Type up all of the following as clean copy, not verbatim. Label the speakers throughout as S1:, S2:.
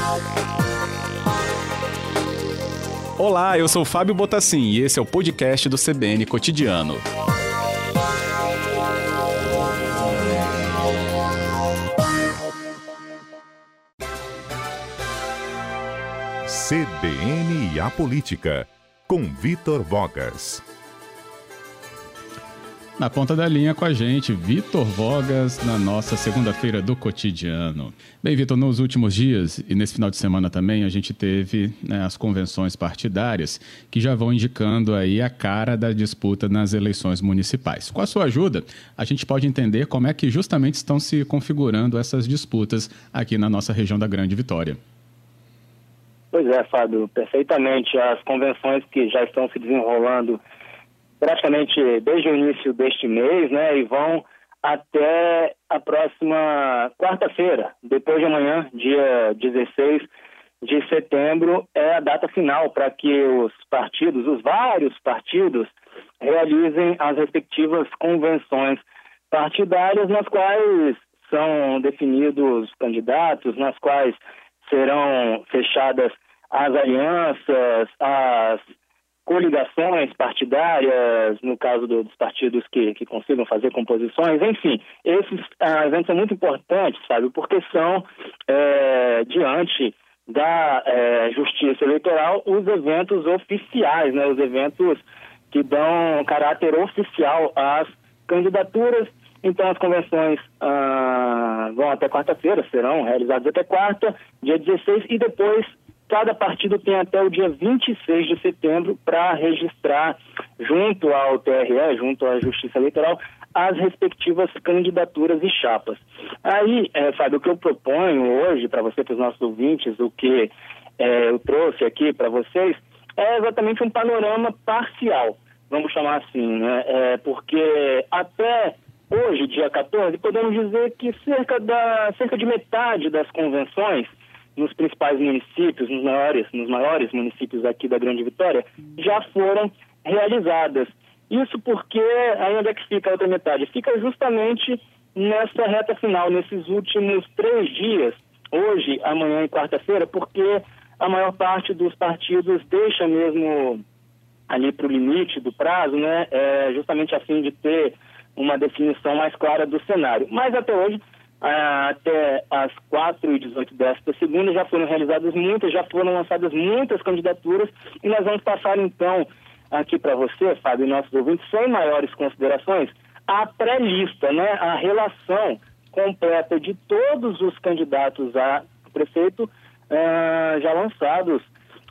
S1: Olá, eu sou Fábio Botassin e esse é o podcast do CBN Cotidiano.
S2: CBN e a Política, com Vitor Vogas.
S1: Na ponta da linha com a gente, Vitor Vogas, na nossa segunda-feira do Cotidiano. Bem, Vitor, nos últimos dias e nesse final de semana também, a gente teve as convenções partidárias que já vão indicando aí a cara da disputa nas eleições municipais. Com a sua ajuda, a gente pode entender como é que justamente estão se configurando essas disputas aqui na nossa região da Grande Vitória.
S3: Pois é, Fábio, perfeitamente. As convenções que já estão se desenrolando praticamente desde o início deste mês, né, e vão até a próxima quarta-feira, depois de amanhã, dia 16 de setembro, é a data final para que os partidos, os vários partidos, realizem as respectivas convenções partidárias, nas quais são definidos candidatos, nas quais serão fechadas as alianças, as coligações partidárias, no caso dos partidos que consigam fazer composições, enfim, esses eventos são muito importantes, sabe, porque são, diante da Justiça Eleitoral, os eventos oficiais, né, os eventos que dão caráter oficial às candidaturas. Então, as convenções vão até quarta-feira, serão realizadas até quarta, dia 16, e depois cada partido tem até o dia 26 de setembro para registrar, junto ao TRE, junto à Justiça Eleitoral, as respectivas candidaturas e chapas. Aí, Fábio, o que eu proponho hoje para você, para os nossos ouvintes, o que eu trouxe aqui para vocês, é exatamente um panorama parcial, vamos chamar assim, né? Porque até hoje, dia 14, podemos dizer que cerca de metade das convenções nos principais municípios, nos maiores municípios aqui da Grande Vitória, já foram realizadas. Isso porque, aí onde é que fica a outra metade? Fica justamente nessa reta final, nesses últimos 3 dias, hoje, amanhã e quarta-feira, porque a maior parte dos partidos deixa mesmo ali para o limite do prazo, né? Justamente a fim de ter uma definição mais clara do cenário. Mas até hoje, até às 4h18 desta segunda, já foram realizadas já foram lançadas muitas candidaturas, e nós vamos passar então aqui para você, Fábio, e nossos ouvintes, sem maiores considerações, a pré-lista, né, a relação completa de todos os candidatos a prefeito já lançados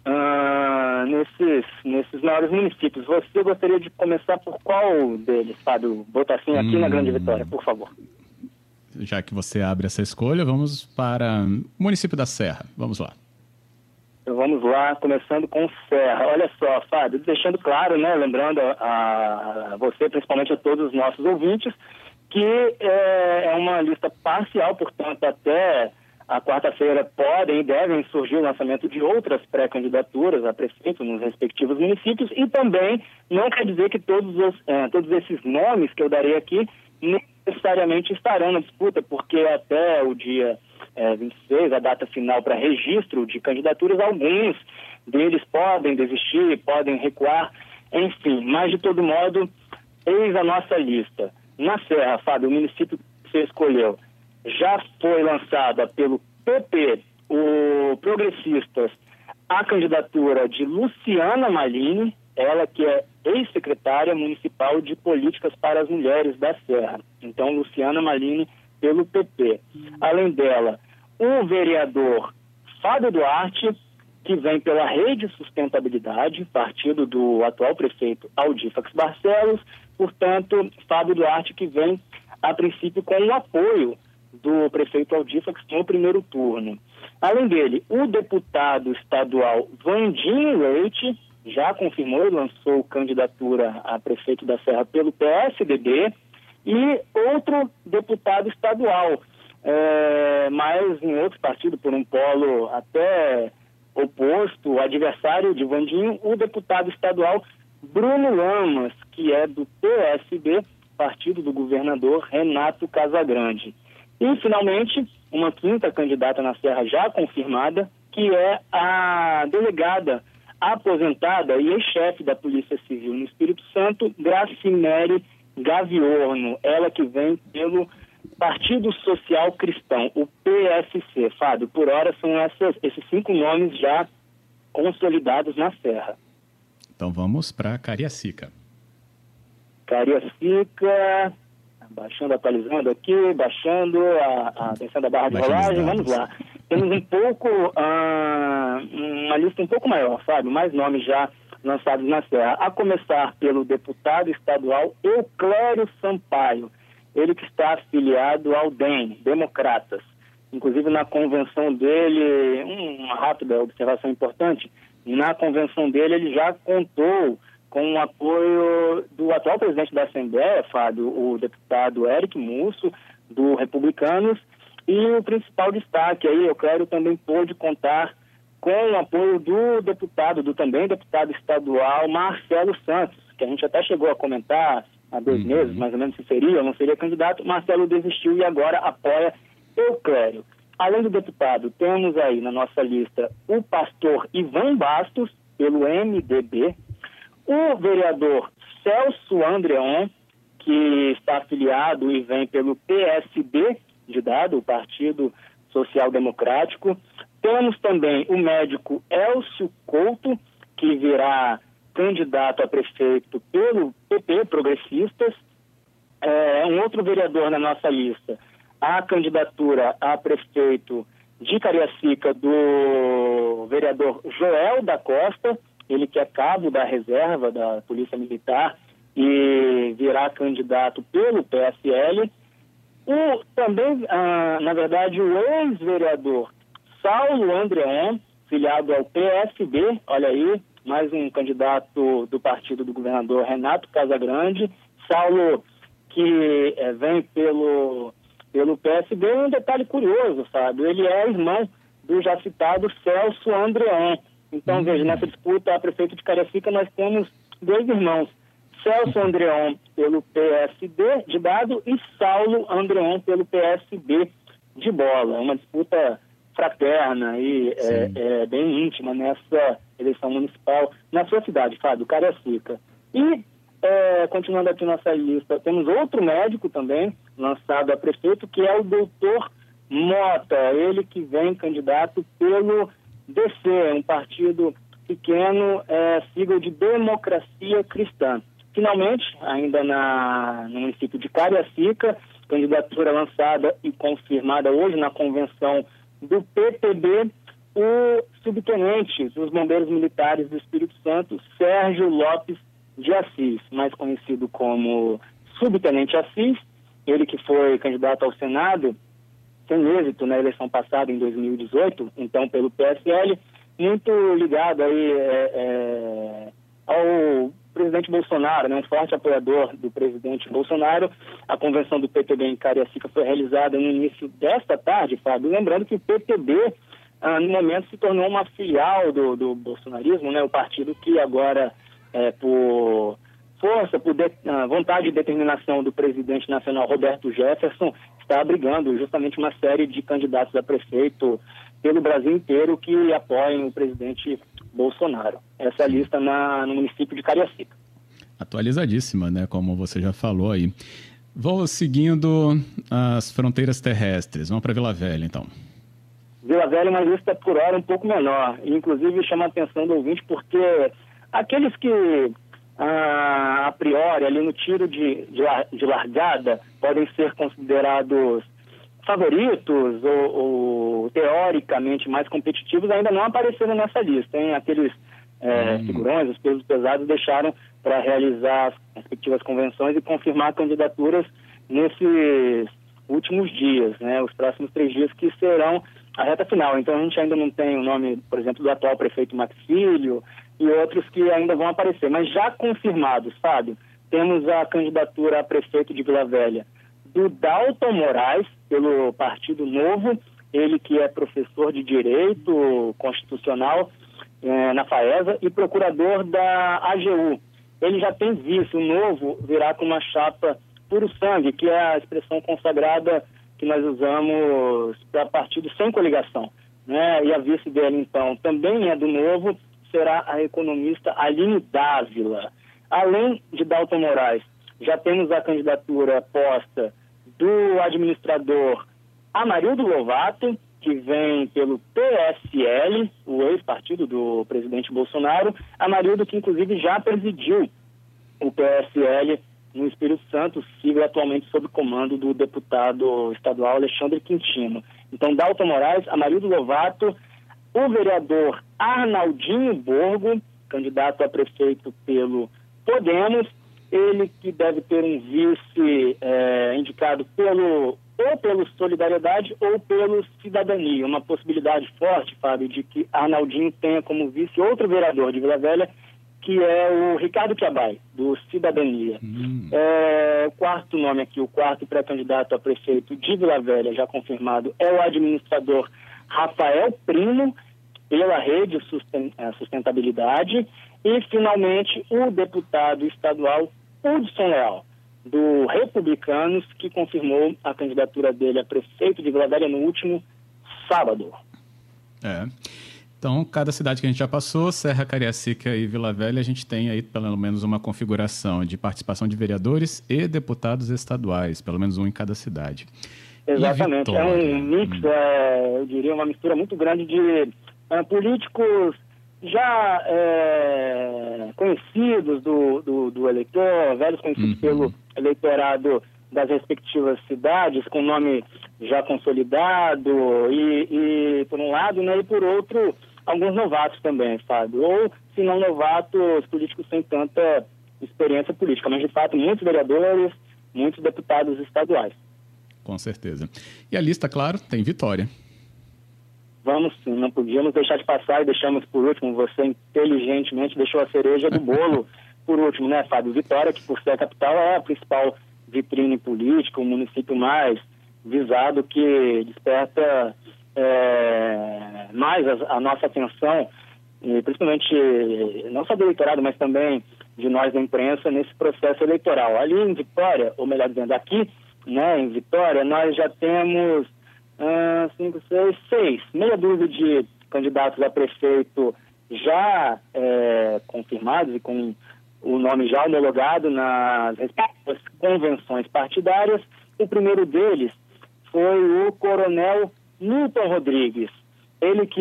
S3: nesses maiores municípios. Você gostaria de começar por qual deles, Fábio Botassin, aqui na Grande Vitória, por favor?
S1: Já que você abre essa escolha, vamos para o município da Serra. Vamos lá.
S3: Então, vamos lá, começando com Serra. Olha só, Fábio, deixando claro, né, lembrando a você, principalmente a todos os nossos ouvintes, que é uma lista parcial, portanto, até a quarta-feira podem e devem surgir o lançamento de outras pré-candidaturas a prefeito nos respectivos municípios, e também não quer dizer que todos esses nomes que eu darei aqui necessariamente estarão na disputa, porque até o dia 26, a data final para registro de candidaturas, alguns deles podem desistir, podem recuar, enfim, mas de todo modo, eis a nossa lista. Na Serra, Fábio, o município que você escolheu já foi lançada pelo PP, o Progressistas, a candidatura de Luciana Malini, ela que é ex-secretária municipal de Políticas para as Mulheres da Serra. Então, Luciana Malini pelo PP. Além dela, o vereador Fábio Duarte, que vem pela Rede Sustentabilidade, partido do atual prefeito Aldifax Barcelos. Portanto, Fábio Duarte, que vem, a princípio, com o apoio do prefeito Aldifax no primeiro turno. Além dele, o deputado estadual Vandinho Leite já confirmou e lançou candidatura a prefeito da Serra pelo PSDB, e outro deputado estadual, mas em outro partido, por um polo até oposto, adversário de Vandinho, o deputado estadual Bruno Lamas, que é do PSB, partido do governador Renato Casagrande. E, finalmente, uma quinta candidata na Serra já confirmada, que é a delegada aposentada e ex-chefe da Polícia Civil no Espírito Santo, Gracimere Gaviorno, ela que vem pelo Partido Social Cristão, o PSC. Fábio, por hora são esses 5 nomes já consolidados na Serra.
S1: Então vamos para Cariacica.
S3: Cariacica, baixando, atualizando aqui, baixando a tensão da barra de rolagem, vamos lá. Temos uma lista um pouco maior, Fábio, mais nomes já lançados na Serra, a começar pelo deputado estadual Euclério Sampaio, ele que está afiliado ao DEM, Democratas. Inclusive na convenção dele, uma rápida observação importante, na convenção dele ele já contou com o apoio do atual presidente da Assembleia, Fábio, o deputado Éric Musso, do Republicanos, e o principal destaque aí, Euclério também pôde contar com o apoio do também deputado estadual Marcelo Santos, que a gente até chegou a comentar há 2 meses, mais ou menos, se seria ou não seria candidato. Marcelo desistiu e agora apoia Euclério. Além do deputado, temos aí na nossa lista o pastor Ivan Bastos, pelo MDB, o vereador Celso Andreon, que está afiliado e vem pelo PSD de Dado, o Partido Social Democrático. Temos também o médico Elcio Couto, que virá candidato a prefeito pelo PP, Progressistas. Um outro vereador na nossa lista, a candidatura a prefeito de Cariacica do vereador Joel da Costa, ele que é cabo da reserva da Polícia Militar e virá candidato pelo PSL. Também, na verdade, o ex-vereador Saulo Andreon, filiado ao PSB, olha aí, mais um candidato do partido do governador Renato Casagrande. Saulo, que vem pelo PSB, um detalhe curioso, Fábio, ele é irmão do já citado Celso Andreon. Então, veja, nessa disputa a prefeito de Cariacica nós temos 2 irmãos, Celso Andreon pelo PSD de Dado e Saulo Andreon pelo PSB de Bola. Uma disputa fraterna e bem íntima nessa eleição municipal na sua cidade, Fábio, Cariacica. E, continuando aqui nossa lista, temos outro médico também lançado a prefeito, que é o doutor Mota, ele que vem candidato pelo DC, um partido pequeno, sigla de Democracia Cristã. Finalmente, ainda no município de Cariacica, candidatura lançada e confirmada hoje na convenção do PTB, o subtenente dos Bombeiros Militares do Espírito Santo, Sérgio Lopes de Assis, mais conhecido como Subtenente Assis, ele que foi candidato ao Senado sem êxito na eleição passada, em 2018, então pelo PSL, muito ligado aí ao presidente Bolsonaro, né, um forte apoiador do presidente Bolsonaro. A convenção do PTB em Cariacica foi realizada no início desta tarde, Fábio. Lembrando que o PTB, no momento, se tornou uma filial do bolsonarismo, né, o partido que agora, por força, por vontade e determinação do presidente nacional Roberto Jefferson, está abrigando justamente uma série de candidatos a prefeito pelo Brasil inteiro que apoiam o presidente Bolsonaro. Essa é a lista no município de Cariacica.
S1: Atualizadíssima, né? Como você já falou aí. Vou seguindo as fronteiras terrestres. Vamos para Vila Velha, então.
S3: Vila Velha é uma lista por hora um pouco menor. Inclusive chama a atenção do ouvinte porque aqueles que a priori, ali no tiro de largada, podem ser considerados favoritos ou teoricamente mais competitivos, ainda não apareceram nessa lista, hein? Aqueles figurões, os pesos pesados, deixaram para realizar as respectivas convenções e confirmar candidaturas nesses últimos dias, né? Os próximos 3 dias que serão a reta final. Então a gente ainda não tem o nome, por exemplo, do atual prefeito Max Filho e outros que ainda vão aparecer. Mas já confirmados, Fábio, temos a candidatura a prefeito de Vila Velha do Dalton Moraes, pelo Partido Novo, ele que é professor de Direito Constitucional na FAESA e procurador da AGU. Ele já tem vice, o Novo virá com uma chapa puro sangue, que é a expressão consagrada que nós usamos para partidos sem coligação. né? E a vice dele, então, também é do Novo, será a economista Aline Dávila. Além de Dalton Moraes, já temos a candidatura posta do administrador Amarildo Lovato, que vem pelo PSL, o ex-partido do presidente Bolsonaro. Amarildo, que inclusive já presidiu o PSL no Espírito Santo, sigla atualmente sob comando do deputado estadual Alexandre Quintino. Então, Dalton Moraes, Amarildo Lovato, o vereador Arnaldinho Borgo, candidato a prefeito pelo Podemos, ele que deve ter um vice indicado ou pelo Solidariedade ou pelo Cidadania. Uma possibilidade forte, Fábio, de que Arnaldinho tenha como vice outro vereador de Vila Velha, que é o Ricardo Chiabai, do Cidadania. O quarto nome aqui, o quarto pré-candidato a prefeito de Vila Velha, já confirmado, é o administrador Rafael Primo, pela Rede Sustentabilidade, e, finalmente, o deputado estadual Hudson Leal, do Republicanos, que confirmou a candidatura dele a prefeito de Vila Velha no último sábado.
S1: Então, cada cidade que a gente já passou, Serra, Cariacica e Vila Velha, a gente tem aí pelo menos uma configuração de participação de vereadores e deputados estaduais, pelo menos um em cada cidade.
S3: Exatamente, é um mix, eu diria uma mistura muito grande de políticos já conhecidos do eleitor, velhos conhecidos pelo eleitorado das respectivas cidades, com nome já consolidado, e por um lado, né, e por outro, alguns novatos também, Fábio, ou, se não novatos, políticos sem tanta experiência política, mas, de fato, muitos vereadores, muitos deputados estaduais.
S1: Com certeza. E a lista, claro, tem Vitória.
S3: Vamos sim, não podíamos deixar de passar e deixamos por último. Você inteligentemente deixou a cereja do bolo por último, né, Fábio? Vitória, que por ser a capital é a principal vitrine política, o município mais visado, que desperta mais a nossa atenção, e principalmente não só do eleitorado, mas também de nós da imprensa nesse processo eleitoral. Ali em Vitória, ou melhor dizendo, aqui, né, em Vitória, nós já temos 5, 6, 6, meia dúzia de candidatos a prefeito já confirmados e com o nome já homologado nas respectivas convenções partidárias. O primeiro deles foi o coronel Newton Rodrigues, ele que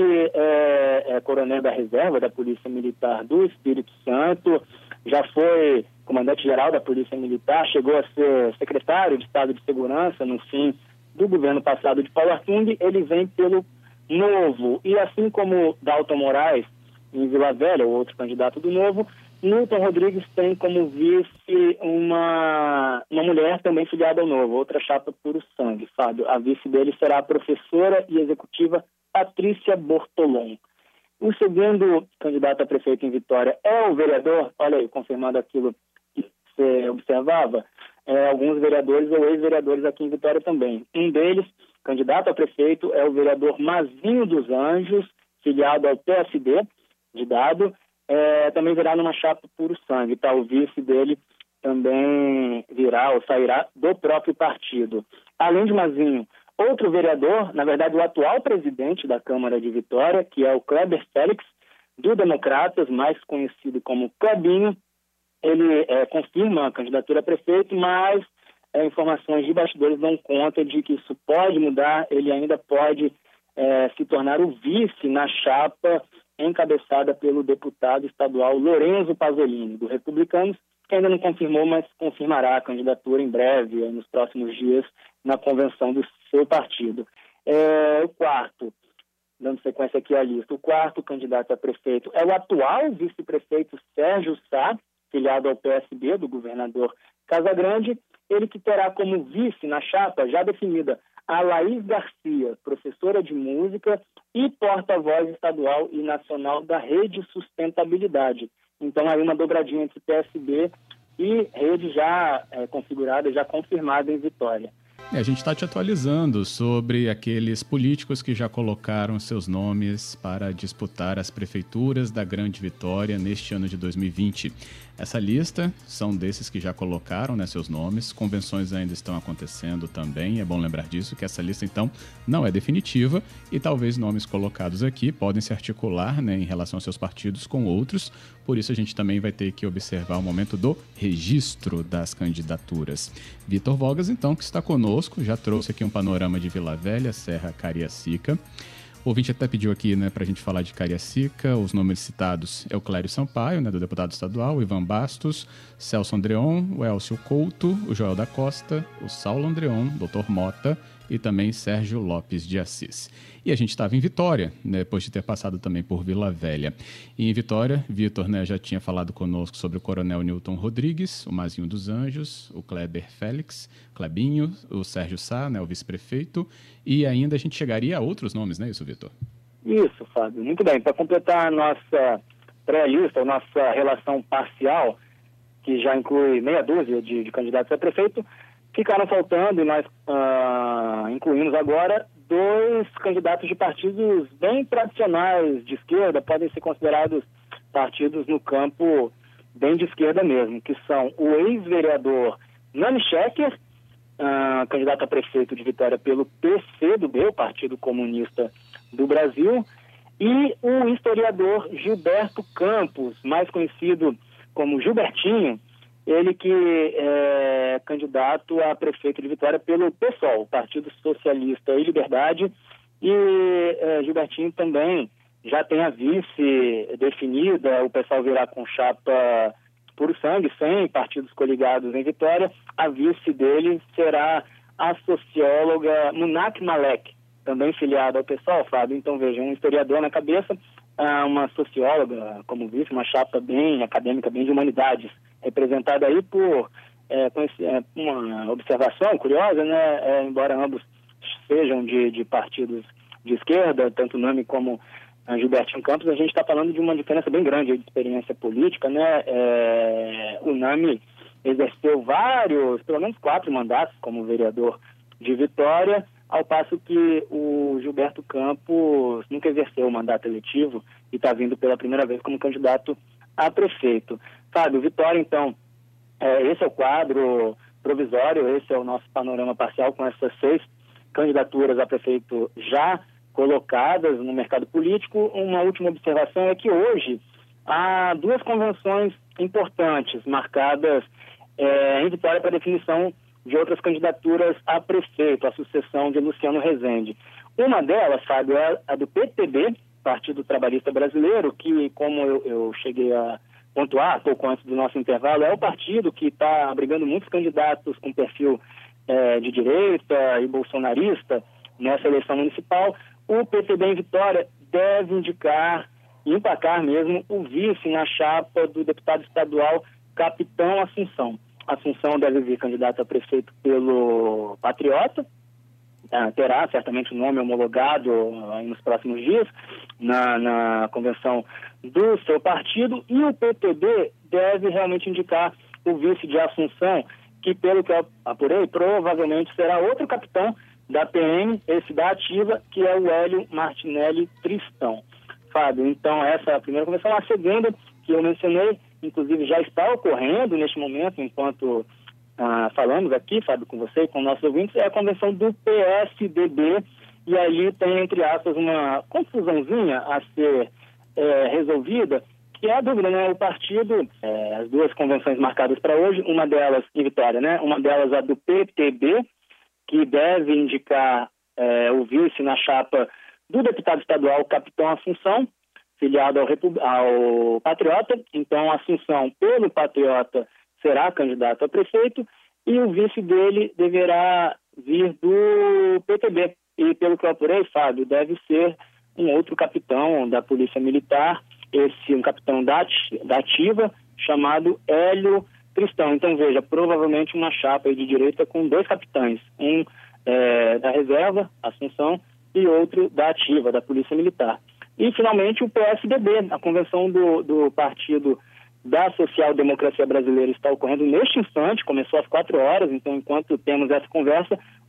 S3: é coronel da reserva da Polícia Militar do Espírito Santo, já foi comandante-geral da Polícia Militar, chegou a ser secretário de Estado de Segurança no fim do governo passado de Paulo Artung. Ele vem pelo Novo. E assim como Dalton Moraes, em Vila Velha, o outro candidato do Novo, Newton Rodrigues tem como vice uma mulher também filiada ao Novo, outra chapa puro sangue, Fábio. A vice dele será a professora e executiva Patrícia Bortolom. O segundo candidato a prefeito em Vitória é o vereador, olha aí, confirmando aquilo que você observava, alguns vereadores ou ex-vereadores aqui em Vitória também. Um deles, candidato a prefeito, é o vereador Mazinho dos Anjos, filiado ao PSD de Dado, também virá numa chapa puro sangue, tá? O vice dele também virá ou sairá do próprio partido. Além de Mazinho, outro vereador, na verdade o atual presidente da Câmara de Vitória, que é o Kleber Félix, do Democratas, mais conhecido como Clebinho, ele confirma a candidatura a prefeito, mas informações de bastidores dão conta de que isso pode mudar, ele ainda pode se tornar o vice na chapa encabeçada pelo deputado estadual Lorenzo Pasolini, do Republicanos, que ainda não confirmou, mas confirmará a candidatura em breve, nos próximos dias, na convenção do seu partido. O quarto, dando sequência aqui à lista, o quarto candidato a prefeito é o atual vice-prefeito Sérgio Sá, filiado ao PSB, do governador Casagrande, ele que terá como vice na chapa já definida a Laís Garcia, professora de música e porta-voz estadual e nacional da Rede Sustentabilidade. Então, aí uma dobradinha entre PSB e rede já configurada, já confirmada em Vitória.
S1: A gente está te atualizando sobre aqueles políticos que já colocaram seus nomes para disputar as prefeituras da Grande Vitória neste ano de 2020. Essa lista são desses que já colocaram, né, seus nomes. Convenções ainda estão acontecendo também. É bom lembrar disso, que essa lista, então, não é definitiva e talvez nomes colocados aqui podem se articular, né, em relação aos seus partidos com outros. Por isso, a gente também vai ter que observar o momento do registro das candidaturas. Vitor Vogas, então, que está conosco, já trouxe aqui um panorama de Vila Velha, Serra, Cariacica. O ouvinte até pediu aqui, né, para a gente falar de Cariacica. Os nomes citados é o Clério Sampaio, né, do deputado estadual, o Ivan Bastos, Celso Andreon, o Elcio Couto, o Joel da Costa, o Saulo Andreon, Dr. Mota e também Sérgio Lopes de Assis. E a gente estava em Vitória, né, depois de ter passado também por Vila Velha. E em Vitória, Vitor, né, já tinha falado conosco sobre o Coronel Newton Rodrigues, o Mazinho dos Anjos, o Kleber Félix, Clebinho, o Sérgio Sá, né, o vice-prefeito, e ainda a gente chegaria a outros nomes, não é isso, Vitor?
S3: Isso, Fábio. Muito bem. Para completar a nossa pré-lista, a nossa relação parcial, que já inclui meia dúzia de candidatos a prefeito, ficaram faltando e nós incluímos agora 2 candidatos de partidos bem tradicionais de esquerda, podem ser considerados partidos no campo bem de esquerda mesmo, que são o ex-vereador Nani Schecker, candidato a prefeito de Vitória pelo PCdoB, o Partido Comunista do Brasil, e o historiador Gilberto Campos, mais conhecido como Gilbertinho, ele que é candidato a prefeito de Vitória pelo PSOL, Partido Socialista e Liberdade, e Gilbertinho também já tem a vice definida, o pessoal virá com chapa puro sangue, sem partidos coligados em Vitória. A vice dele será a socióloga Munak Malek, também filiada ao PSOL, Fábio. Então, veja, um historiador na cabeça, uma socióloga como vice, uma chapa bem acadêmica, bem de humanidades, representada aí por uma observação curiosa, né? Embora ambos sejam de partidos de esquerda, tanto Nami como Gilbertinho Campos, a gente está falando de uma diferença bem grande de experiência política, né? O Nami exerceu pelo menos 4 mandatos como vereador de Vitória, ao passo que o Gilberto Campos nunca exerceu o mandato eletivo e está vindo pela primeira vez como candidato a prefeito. Fábio, Vitória, então, esse é o quadro provisório, esse é o nosso panorama parcial com essas 6 candidaturas a prefeito já colocadas no mercado político. Uma última observação é que hoje há 2 convenções importantes marcadas em Vitória para definição de outras candidaturas a prefeito, a sucessão de Luciano Rezende. Uma delas, Fábio, é a do PTB, Partido Trabalhista Brasileiro, que, como eu cheguei a pontuar pouco antes do nosso intervalo, é o partido que está abrigando muitos candidatos com perfil de direita e bolsonarista nessa eleição municipal. O PTB em Vitória deve empacar mesmo o vice na chapa do deputado estadual Capitão Assunção. Assunção deve vir candidato a prefeito pelo Patriota, terá certamente o nome homologado nos próximos dias na convenção do seu partido, e o PTB deve realmente indicar o vice de Assunção, que, pelo que eu apurei, provavelmente será outro capitão da PM, esse da Ativa, que é o Hélio Martinelli Tristão. Fábio, então essa é a primeira convenção. A segunda, que eu mencionei, inclusive já está ocorrendo neste momento, enquanto falamos aqui, Fábio, com você e com nossos ouvintes, é a convenção do PSDB, e ali tem, entre aspas, uma confusãozinha a ser resolvida, que é a dúvida, né? O partido, as 2 convenções marcadas para hoje, uma delas em Vitória, né? Uma delas a do PTB, que deve indicar o vice na chapa do deputado estadual Capitão Assunção, filiado ao Patriota. Então, Assunção, pelo Patriota, será candidato a prefeito, e o vice dele deverá vir do PTB. E, pelo que eu apurei, Fábio, deve ser um outro capitão da Polícia Militar, um capitão da Ativa, chamado Hélio Tristão. Então, veja, provavelmente uma chapa de direita com 2 capitães, um da reserva, Assunção, e outro da Ativa, da Polícia Militar. E, finalmente, o PSDB, a convenção do Partido da Social Democracia Brasileira está ocorrendo neste instante, começou às 4 horas, então, enquanto temos essa conversa,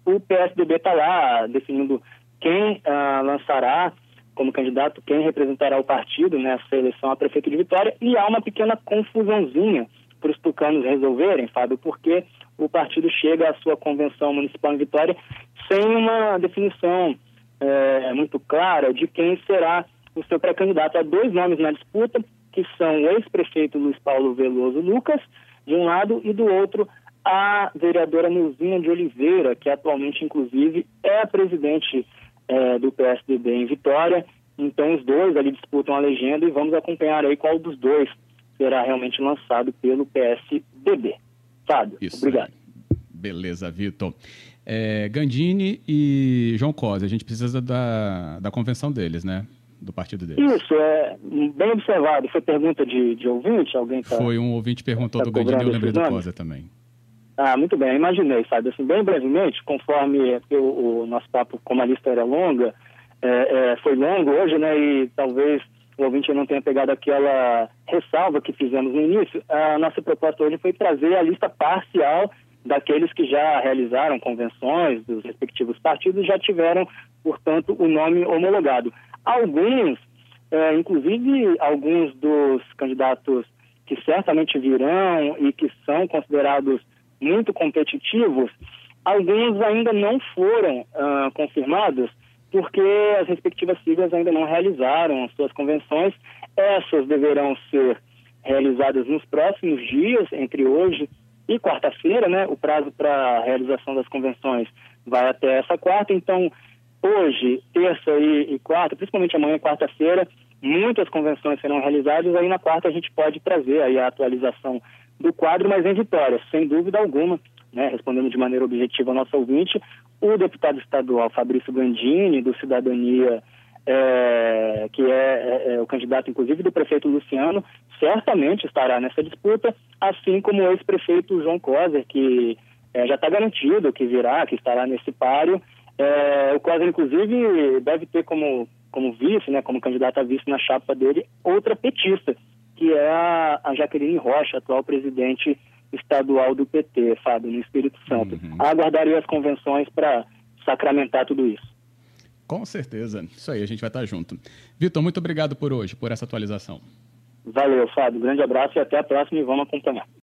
S3: o PSDB está lá definindo quem lançará como candidato, quem representará o partido nessa eleição a prefeito de Vitória, e há uma pequena confusãozinha para os tucanos resolverem, Fábio, porque o partido chega à sua convenção municipal em Vitória sem uma definição muito clara de quem será o seu pré-candidato. Há dois nomes na disputa, que são o ex-prefeito Luiz Paulo Veloso Lucas, de um lado, e do outro, a vereadora Nilzinha de Oliveira, que atualmente, inclusive, é a presidente do PSDB em Vitória. Então, os dois ali disputam a legenda e vamos acompanhar aí qual dos dois será realmente lançado pelo PSDB. Fábio,
S1: Isso,
S3: obrigado.
S1: Beleza, Vitor. Gandini e João Cosa, a gente precisa da convenção deles, né? Do partido deles.
S3: Isso, bem observado. Foi pergunta de ouvinte? Alguém
S1: Foi um ouvinte que perguntou do Gandini e eu lembrei do Cosa também.
S3: Muito bem, imaginei, sabe, assim, bem brevemente, conforme o nosso papo, como a lista era longa, foi longo hoje, né, e talvez o ouvinte não tenha pegado aquela ressalva que fizemos no início. A nossa proposta hoje foi trazer a lista parcial daqueles que já realizaram convenções dos respectivos partidos e já tiveram, portanto, o nome homologado. Alguns, inclusive alguns dos candidatos que certamente virão e que são considerados muito competitivos, alguns ainda não foram confirmados porque as respectivas siglas ainda não realizaram as suas convenções. Essas deverão ser realizadas nos próximos dias, entre hoje e quarta-feira, né? O prazo para a realização das convenções vai até essa quarta. Então, hoje, terça e quarta, principalmente amanhã, quarta-feira, muitas convenções serão realizadas. Aí na quarta a gente pode trazer aí a atualização do quadro, mas em Vitória, sem dúvida alguma, né, respondendo de maneira objetiva ao nosso ouvinte, o deputado estadual Fabrício Gandini, do Cidadania, que é o candidato, inclusive, do prefeito Luciano, certamente estará nessa disputa, assim como o ex-prefeito João Coser, que já está garantido que virá, que estará nesse páreo. O Coser, inclusive, deve ter como vice, né, como candidato a vice na chapa dele, outra petista, que é a Jaqueline Rocha, atual presidente estadual do PT, Fábio, no Espírito Santo. Aguardarei as convenções para sacramentar tudo isso.
S1: Com certeza. Isso aí, a gente vai estar junto. Vitor, muito obrigado por hoje, por essa atualização.
S3: Valeu, Fábio. Grande abraço e até a próxima e vamos acompanhar.